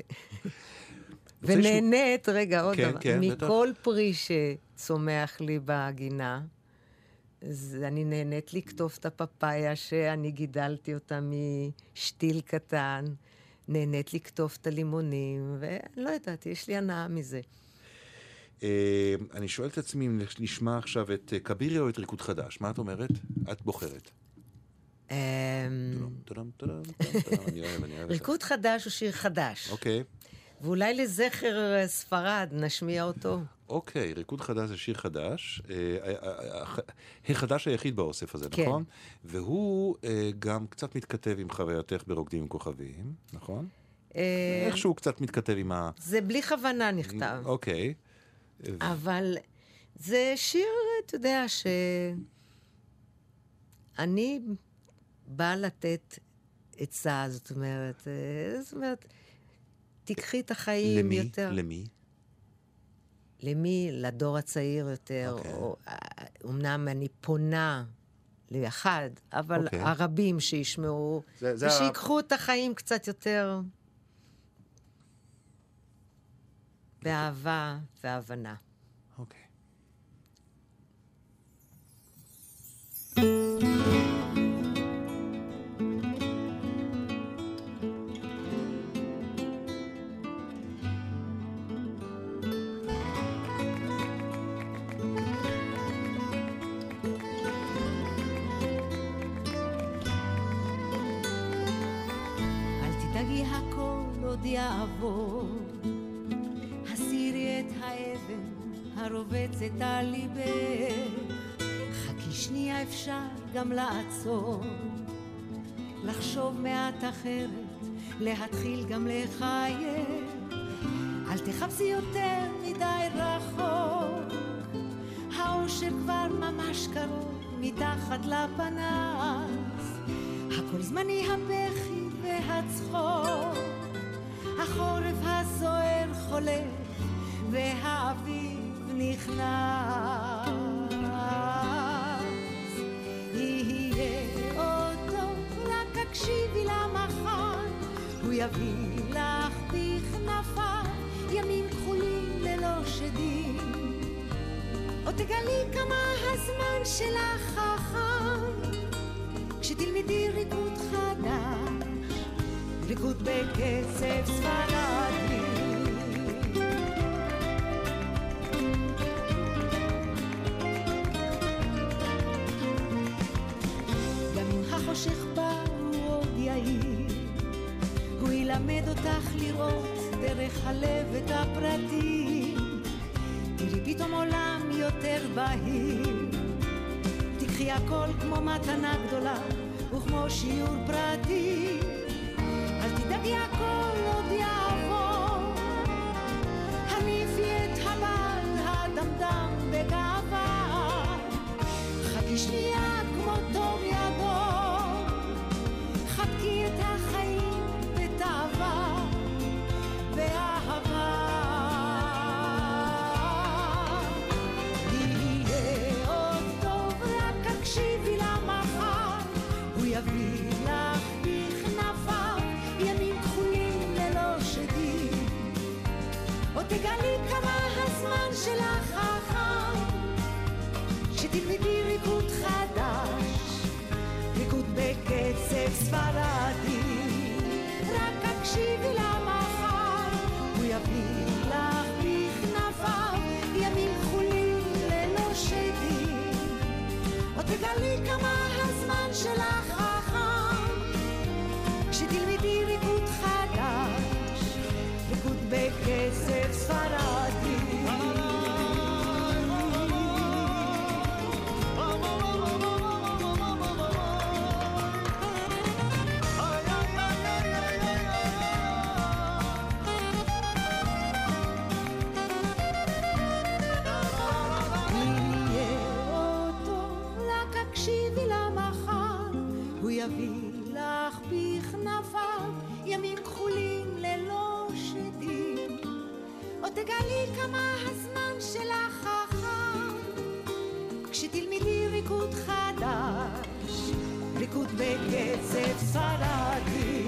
ונהנית, רגע, עוד דבר, מכל פרי שצומח לי בגינה, אז אני נהנית לקטוף את הפפאיה שאני גידלתי אותה משתיל קטן, נהנית לקטוף את הלימונים, ולא יודעת, יש לי הנאה מזה. אני שואל את עצמי אם נשמע עכשיו את קבירי או את ריקוד חדש. מה את אומרת? את בוחרת. ריקוד חדש הוא שיר חדש. אוקיי. ואולי לזכר ספרד נשמיע אותו. אוקיי, ריקוד חדש זה שיר חדש. החדש היחיד באוסף הזה, נכון? והוא גם קצת מתכתב עם חווייתך ברוקדים עם כוכבים, נכון? איכשהו קצת מתכתב עם זה בלי כוונה נכתב. אוקיי. אבל זה שיר, אתה יודע, שאני באה לתת עצה, זאת אומרת, תיקחי את החיים יותר. למי? למי? לדור הצעיר יותר. אמנם אני פונה לאחד, אבל הרבים שישמעו, ושיקחו את החיים קצת יותר באהבה והבנה. אוקיי. יעבוד, הסירי את האבן הרובצת על ליבך, חכי שנייה, אפשר גם לעצור, לחשוב מעט אחרת, להתחיל גם לחייך, אל תחפשי יותר מדי רחוק, האושר כבר ממש קרוב מתחת לפנס, הכל זמני הבכי והצחוק, החורף הזוהר חולף והאביב נכנס, יהיה אותו, רק הקשיבי למחר, הוא יביא לך בכנפיו ימים כחולים ללא שדים, או תגלי כמה הזמן שלך חכם, כשתלמדי ריקוד חדש, ריקוד בקצב ספרדי. גם אם החושך בה הוא עוד יעיר, הוא ילמד אותך לראות דרך הלב את הפרטים. תראי פתאום עולם יותר בהיר, תקחי הכל כמו מתנה גדולה וכמו שיעור פרטי. אל תדאגי, הכל עוד יעבור, הניפי את הבד הדמדם בגאווה, חכי שנייה כמו טוב ידור, חכי את החיים בתאווה ואהבה. יהיה עוד טוב, רק הקשיבי למחר, הוא יביא לך בכנפיו ימים כחולים ללא שדים, או תגלי כמה הזמן שלך חכם, שתלמדי ריקוד חדש, ריקוד בקצב ספרדי. רק הקשיבי למחר, הוא יביא לך בכנפיו ימים כחולים ללא שדים, או תגלי כמה הזמן שלך חכם, כשתלמדי ריקוד חדש, ריקוד בקצב ספרדי. יביא לך בכנפיו ימים כחולים ללא שדים, או תגלי כמה הזמן שלך חכם, כשתלמדי ריקוד חדש, ריקוד בקצב ספרדי.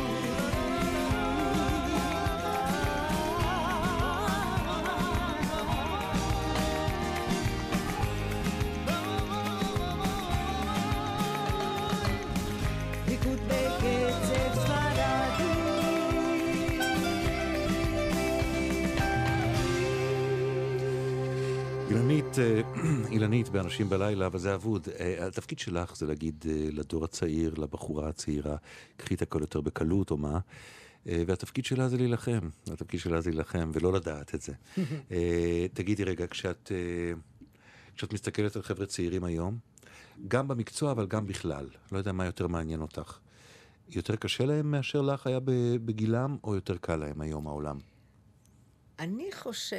אילנית באנשים בלילה, אבל זה אבוד. התפקיד שלך זה להגיד לדור הצעיר, לבחורה הצעירה, קחי את הכל יותר בקלות או מה, והתפקיד שלה זה להילחם. התפקיד שלה זה להילחם ולא לדעת את זה. תגידי רגע, כשאת מסתכלת על חבר'ה צעירים היום, גם במקצוע אבל גם בכלל, לא יודע מה יותר מעניין אותך. יותר קשה להם מאשר לך היה בגילם, או יותר קל להם היום העולם? אני חושב...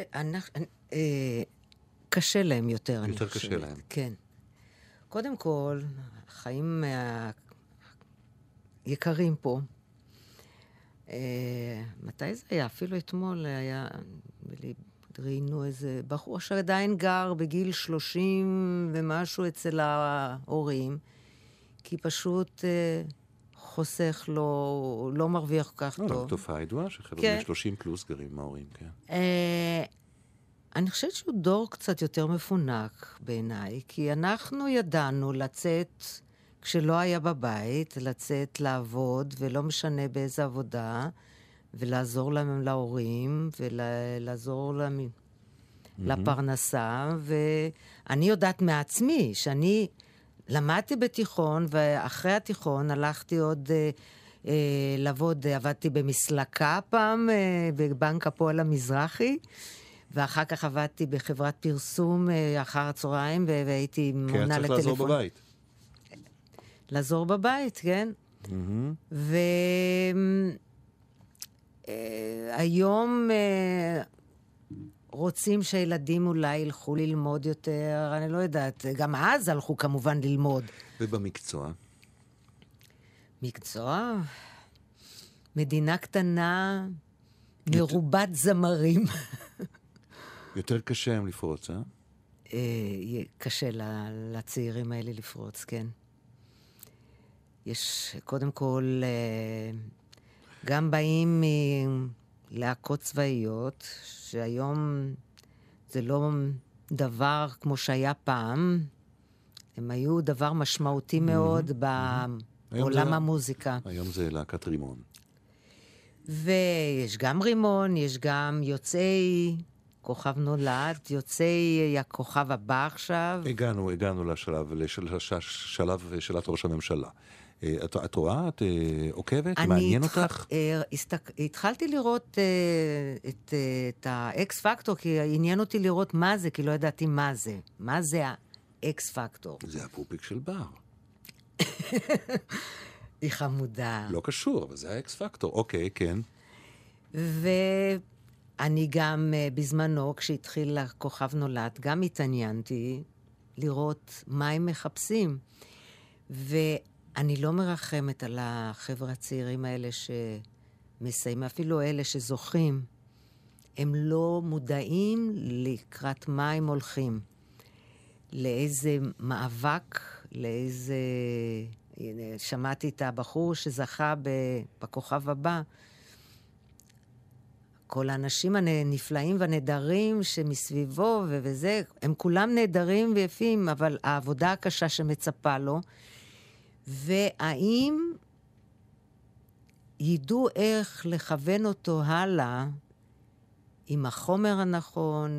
קשה להם יותר, אני חושבת. יותר קשה להם. כן. קודם כל, החיים יקרים פה. מתי זה היה? אפילו אתמול היה... ראינו איזה בחור שעדיין גר בגיל 30 ומשהו אצל ההורים, כי פשוט חוסך לא מרוויח כך טוב. לא, תופעה ידועה שחבר'ה 30 פלוס גרים עם ההורים, כן. אני חושבת שהוא דור קצת יותר מפונק בעיניי, כי אנחנו ידענו לצאת, כשלא היה בבית, לצאת לעבוד, ולא משנה באיזה עבודה, ולעזור להם להורים, ולעזור להם לפרנסה. ואני יודעת מעצמי שאני למדתי בתיכון, ואחרי התיכון הלכתי עוד לעבוד, עבדתי במסלקה פעם, בבנק הפועל המזרחי, ואחר כך עבדתי בחברת פרסום אחר הצהריים, והייתי מונה לטלפון. כי צריך לעזור בבית. לעזור בבית, כן. והיום רוצים שהילדים אולי ילכו ללמוד יותר, אני לא יודעת, גם אז הלכו כמובן ללמוד. ובמקצוע? מקצוע? מדינה קטנה, מרובת זמרים. יותר קשה הם לפרוץ, אה? קשה לצעירים האלה לפרוץ, כן. יש, קודם כל, גם באים מלהקות צבאיות, שהיום זה לא דבר כמו שהיה פעם. הם היו דבר משמעותי מאוד בעולם המוזיקה. היום זה להקת רימון. ויש גם רימון, יש גם יוצאי כוכב נולד, יוצאי הכוכב הבא עכשיו. הגענו לשלב שאלת ראש הממשלה. את רואה? את עוקבת? מעניין אותך? התחלתי לראות את האקס פקטור, כי עניין אותי לראות מה זה, כי לא ידעתי מה זה. מה זה האקס פקטור? זה הפופיק של בר. היא חמודה. לא קשור, אבל זה האקס פקטור. אוקיי, כן. ואני גם בזמנו, כשהתחיל הכוכב נולד, גם התעניינתי לראות מה הם מחפשים. ואני לא מרחמת על החבר'ה הצעירים האלה שמסיימים, אפילו אלה שזוכים. הם לא מודעים לקראת מה הם הולכים. לאיזה מאבק, לאיזה... שמעתי את הבחור שזכה בכוכב הבא. כל האנשים הנפלאים והנהדרים שמסביבו וזה, הם כולם נהדרים ויפים, אבל העבודה הקשה שמצפה לו, והאם ידעו איך לכוון אותו הלאה עם החומר הנכון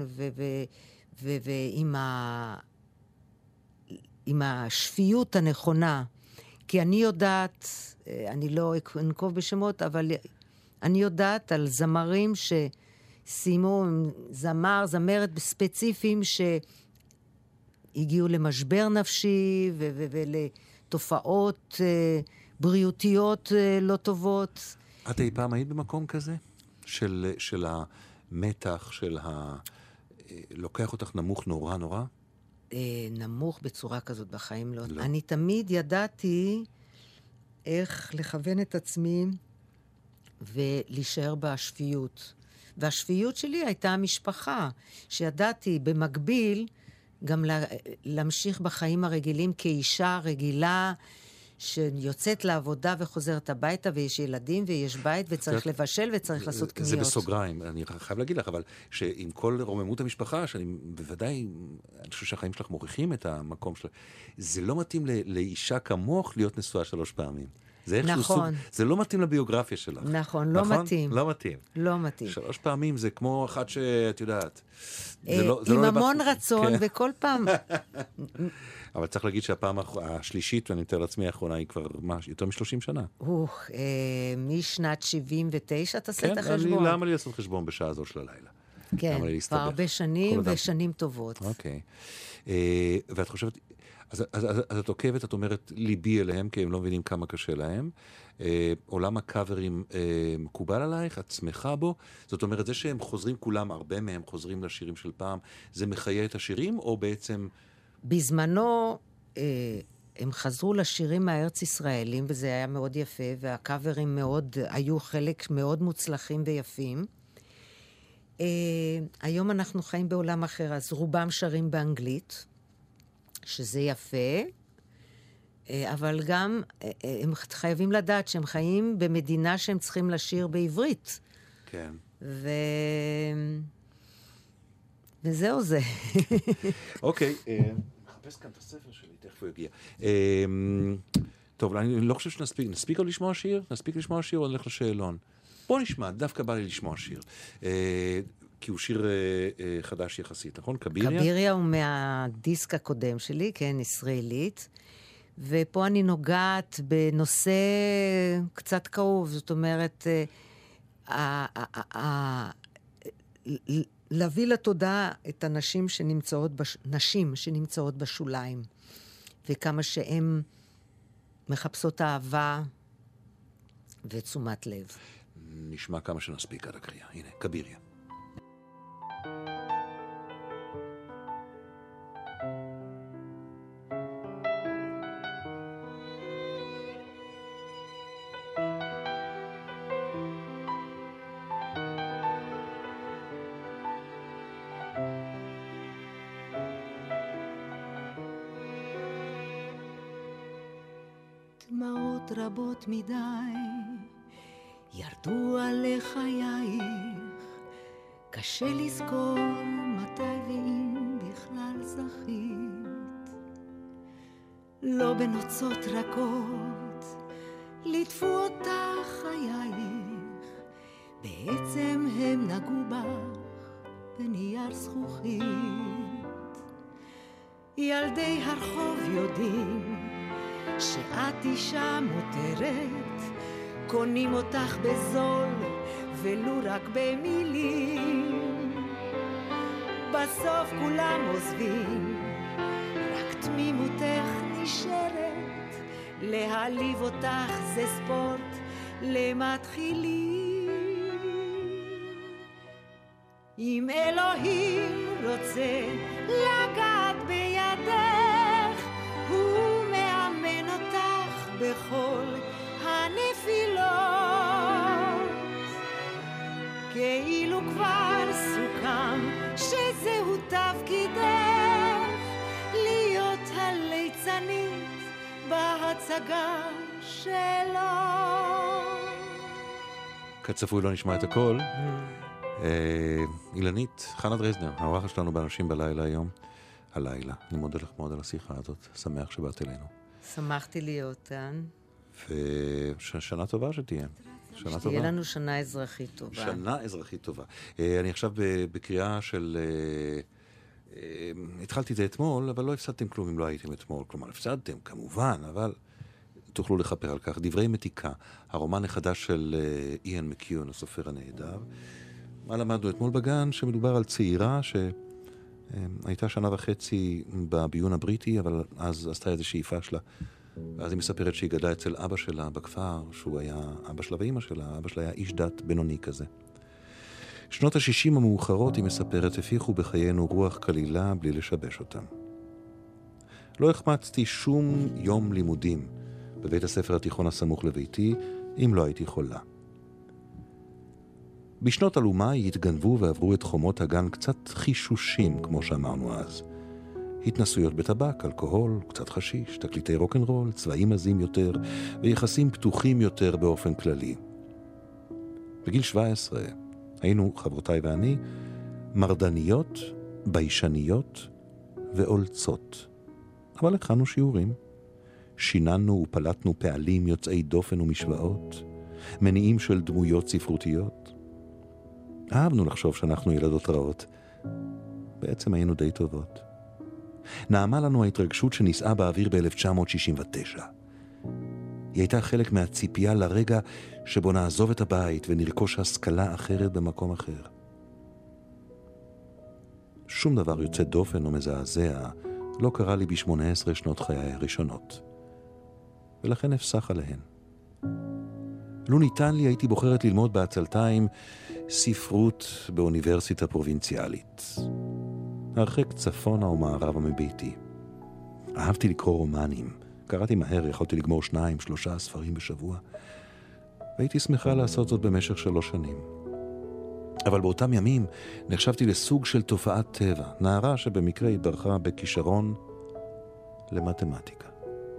ועם השפיות הנכונה. כי אני יודעת, אני לא אנקוב בשמות, אבל אני יודעת על זמרים שסיימו, זמרת ספציפיים שהגיעו למשבר נפשי ולתופעות בריאותיות לא טובות. את אי פעם היית במקום כזה? של המתח, לוקח אותך נמוך נורא נורא? נמוך בצורה כזאת בחיים לא. אני תמיד ידעתי איך לכוון את עצמי ולהישאר בשפיות. והשפיות שלי הייתה המשפחה, שידעתי במקביל גם להמשיך בחיים הרגילים כאישה רגילה, שיוצאת לעבודה וחוזרת הביתה, ויש ילדים ויש בית, וצריך לבשל וצריך לעשות קניות. זה בסוגריים, אני חייב להגיד לך, אבל שעם כל רוממות המשפחה, שאני בוודאי, אני חושב שהחיים שלך מוכיחים את המקום שלך, זה לא מתאים לאישה כמוך להיות נשואה 3 פעמים. נכון. זה לא מתאים לביוגרפיה שלך. נכון, לא מתאים. לא מתאים. לא מתאים. 3 פעמים זה כמו אחת שאת יודעת. עם המון רצון, וכל פעם... אבל צריך להגיד שהפעם השלישית, ואני מתאר לעצמי האחרונה, היא כבר יותר מ-30 שנה. משנת 79, תעשה את החשבון. למה לי לעשות חשבון בשעה הזו של הלילה? כן, כבר הרבה שנים ושנים טובות. אוקיי. ואת חושבת... אז את עוקבת, את אומרת ליבי אליהם, כי הם לא מבינים כמה קשה להם. עולם הקאברים מקובל עלייך, את שמחה בו. זאת אומרת, זה שהם חוזרים כולם, הרבה מהם חוזרים לשירים של פעם, זה מחיה את השירים, או בעצם... בזמנו הם חזרו לשירים הארץ ישראלים, וזה היה מאוד יפה, והקאברים מאוד, היו חלק מאוד מוצלחים ויפים. היום אנחנו חיים בעולם אחר, אז רובם שרים באנגלית, שזה יפה, אבל גם הם חייבים לדעת שהם חיים במדינה שהם צריכים לשיר בעברית. כן. וזהו זה. אוקיי, מחפש כאן את הספר שלי, תכף הוא יגיע. טוב, אני לא חושב שנספיק. נספיק עוד לשמוע שיר? נספיק לשמוע שיר או נלך לשאלון? בוא נשמע, דווקא בא לי לשמוע שיר. כי הוא שיר חדש יחסית, נכון? קביריה? קביריה הוא מהדיסק הקודם שלי, כן, ישראלית. ופה אני נוגעת בנושא קצת כאוב, זאת אומרת, להביא לתודעה את הנשים שנמצאות בשוליים, וכמה שהן מחפשות אהבה ותשומת לב. נשמע כמה שנספיק עד הקריאה. הנה, קביריה. דמעות רבות מדי ירדו עליך חייך, קשה לזכור מתי ואם בכלל זכית. לא בנוצות רכות, ליטפו אותך חייך, בעצם הם נגעו בך בנייר זכוכית. ילדי הרחוב יודעים שאת אישה מותרת, קונים אותך בזול ולו רק במילים. בסוף כולם עוזבים, רק תמימותך נשארת, להעליב אותך זה ספורט למתחילים. אם אלוהים רוצה לגעת בידך, הוא מאמן אותך בכל הנפילות, כאילו כבר סוכם שזהו תפקידך, להיות הליצנית בהצגה שלו. כצפוי לא נשמע את הכל. אילנית, חנה דרזנר, האורחת שלנו באנשים בלילה היום. הלילה. אני מודה לך מאוד על השיחה הזאת. שמח שבאת אלינו. שמחתי להיות כאן. ושנה טובה שתהיה. שנה טובה. שתהיה לנו שנה אזרחית טובה. שנה אזרחית טובה. אני עכשיו בקריאה של... התחלתי את זה אתמול, אבל לא הפסדתם כלום אם לא הייתם אתמול. כלומר, הפסדתם כמובן, אבל תוכלו לכפר על כך. דברי מתיקה, הרומן החדש של איאן מקיון, הסופר הנהדר. מה למדנו אתמול בגן? שמדובר על צעירה שהייתה שנה וחצי בביון הבריטי, אבל אז עשתה איזו שאיפה שלה. ואז היא מספרת שהיא גדלה אצל אבא שלה בכפר, שהוא היה אבא שלה ואמא שלה. אבא שלה היה איש דת בינוני כזה. שנות ה-60 המאוחרות, היא מספרת, הפיחו בחיינו רוח כלילה בלי לשבש אותם. לא החמצתי שום יום לימודים בבית הספר התיכון הסמוך לביתי, אם לא הייתי חולה. בשנות אלומה התגנבו ועברו את חומות הגן קצת חישושים, כמו שאמרנו אז. התנסויות בטבק, אלכוהול, קצת חשיש, תקליטי רוק'נ'רול, צבעים עזים יותר, ויחסים פתוחים יותר באופן כללי. בגיל 17 היינו, חברותיי ואני, מרדניות, ביישניות ואולצות. אבל הכנו שיעורים. שיננו ופלטנו פעלים יוצאי דופן ומשוואות, מניעים של דמויות ספרותיות. אהבנו לחשוב שאנחנו ילדות רעות. בעצם היינו די טובות. נעמה לנו ההתרגשות שנישאה באוויר ב-1969. היא הייתה חלק מהציפייה לרגע שבו נעזוב את הבית ונרכוש השכלה אחרת במקום אחר. שום דבר יוצא דופן או מזעזע לא קרה לי ב-18 שנות חיי הראשונות. ולכן אפסח עליהן. לו ניתן לי, הייתי בוחרת ללמוד בעצלתיים ספרות באוניברסיטה פרובינציאלית. הרחק צפונה ומערבה מביתי. אהבתי לקרוא רומנים. קראתי מהר, יכולתי לגמור 2-3 ספרים בשבוע. והייתי שמחה לעשות זאת במשך 3 שנים. אבל באותם ימים נחשבתי לסוג של תופעת טבע. נערה שבמקרה התברכה בכישרון למתמטיקה.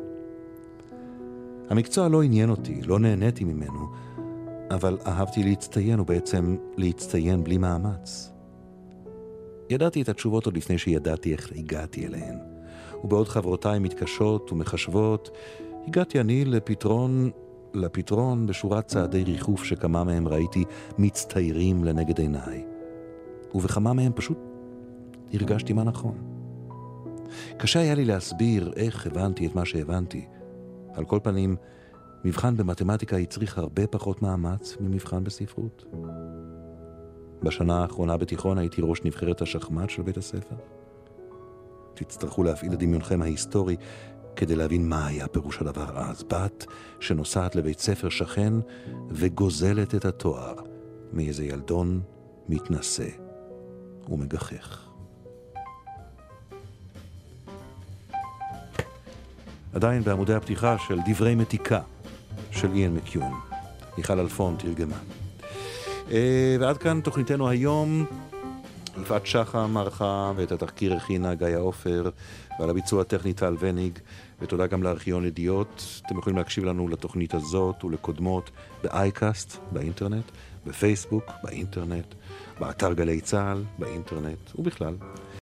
המקצוע לא עניין אותי, לא נהניתי ממנו, אבל אהבתי להצטיין, ובעצם להצטיין בלי מאמץ. ידעתי את התשובות עוד לפני שידעתי איך הגעתי אליהן. ובעוד חברותיי מתקשות ומחשבות, הגעתי אני לפתרון בשורת צעדי ריחוף שכמה מהם ראיתי מצטיירים לנגד עיניי. ובכמה מהם פשוט הרגשתי מה נכון. קשה היה לי להסביר איך הבנתי את מה שהבנתי. על כל פנים, מבחן במתמטיקה הצריך הרבה פחות מאמץ ממבחן בספרות. בשנה האחרונה בתיכון הייתי ראש נבחרת השחמט של בית הספר. תצטרכו להפעיל את דמיונכם ההיסטורי כדי להבין מה היה פירוש הדבר אז. בת שנוסעת לבית ספר שכן וגוזלת את התואר מאיזה ילדון מתנשא ומגחך. עדיין בעמודי הפתיחה של דברי מתיקה של איאן מקיון. מיכל אלפון תרגמה. ועד כאן תוכניתנו היום. יפעת שחם ערכה ואת התחקיר הכינה גיא עופר, ועל הביצוע הטכני טל וניג, ותודה גם לארכיון ידיעות. אתם יכולים להקשיב לנו לתוכנית הזאת ולקודמות באייקאסט, באינטרנט, בפייסבוק, באינטרנט, באתר גלי צהל, באינטרנט ובכלל.